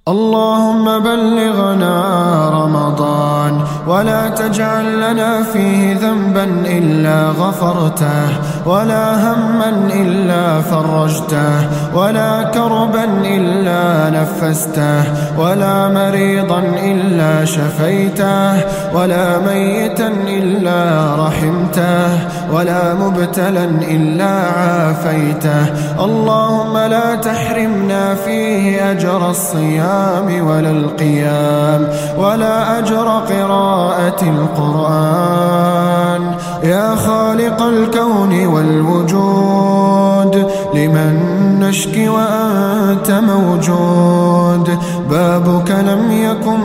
اللهم بلغنا رمضان ولا تجعل لنا فيه ذنبا إلا غفرته، ولا هما إلا فرجته، ولا كربا إلا نفسته، ولا مريضا إلا شفيته، ولا ميتا إلا رحمته، ولا مبتلا إلا عافيته. اللهم لا تحرمنا فيه أجر الصيام ولا القيام ولا أجر قراءة القرآن. يا خالق الكون والوجود، لمن نشكي وأنت موجود، بابك لم يكن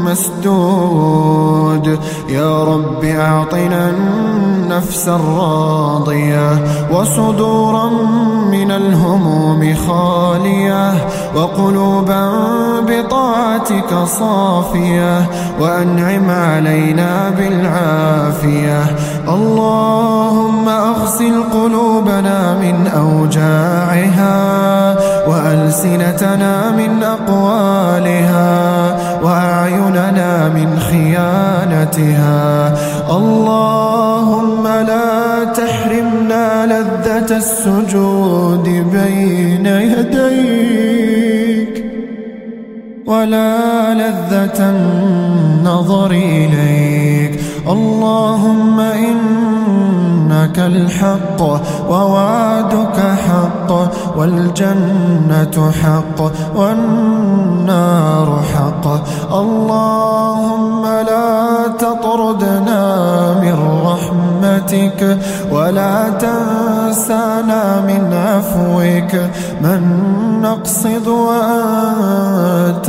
مسدود. يا رب أعطنا النفس الراضية، وصدورا من الهموم خالية، وقلوبا بطاعتك صافية، وأنعم علينا بالعافية. اللهم أغسل قلوبنا من أوجاعها، وألسنتنا من أقوالها، وأعيننا من خيانتها. اللهم لا تحرمنا لذة السجود بين يديك، ولا لذة النظر إليك. اللهم إنك الحق ووعدك حق، والجنة حق والنار حق. اللهم لا تطردنا من رحمتك، ولا تنسانا من عفوك. من نقصد وأنت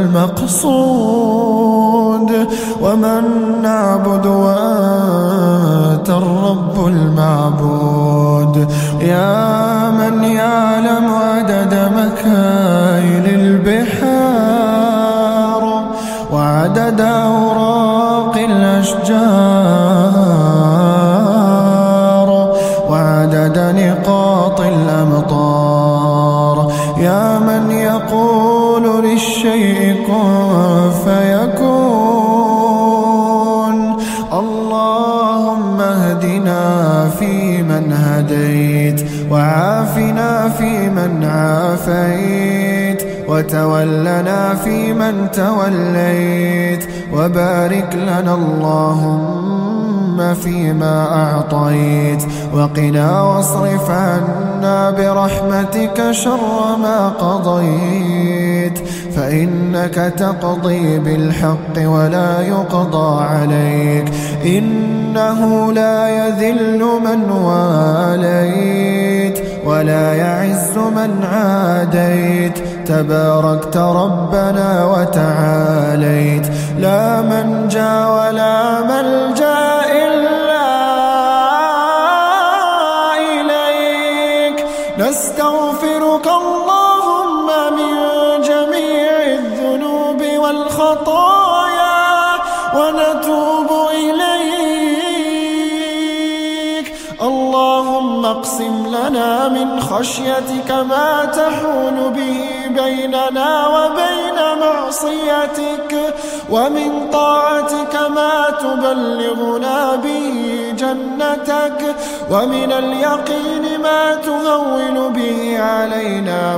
المقصود، ومن نعبد وأنت الرب المعبود. يا من يعلم عدد مكاين البحار، وعدد أوراق الأشجار، وعدد نقاط الأمطار. يا من يقول للشيء كن فيكون. اللهم اهدنا فيمن هديت، وعافنا فيمن عافيت، وتولنا فيمن توليت، وبارك لنا اللهم فيما أعطيت، وقنا واصرف عنا برحمتك شر ما قضيت، فإنك تقضي بالحق ولا يقضى عليك. إنه لا يذل من واليت، ولا يعز من عاديت. تباركت ربنا وتعاليت، لا منجا ولا ملجا إلا إليك. نستغفرك اللهم من جميع الذنوب والخطايا، ونتوب إليك. اللهم اقسم لنا من خشيتك ما تحول به بيننا وبين معصيتك، ومن طاعتك ما تبلغنا به جنتك، ومن اليقين ما تهون به علينا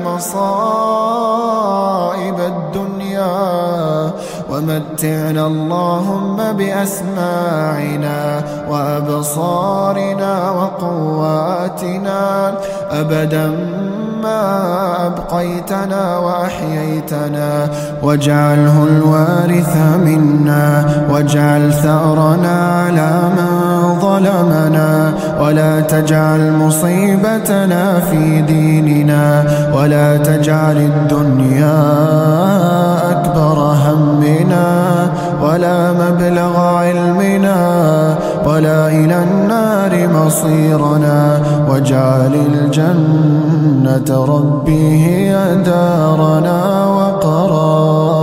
مصائب الدنيا. ومتعنا اللهم بأسماعنا وأبصارنا وقواتنا أبدا ما أبقيتنا وأحييتنا، واجعله الوارث منا، واجعل ثأرنا على من ظلمنا، ولا تجعل مصيبتنا في ديننا، ولا تجعل الدنيا أكبر همنا، ولا مبلغ علمنا، ولا إلى النار مصيرنا. واجعل الجنة ربي هي دارنا وقرارنا.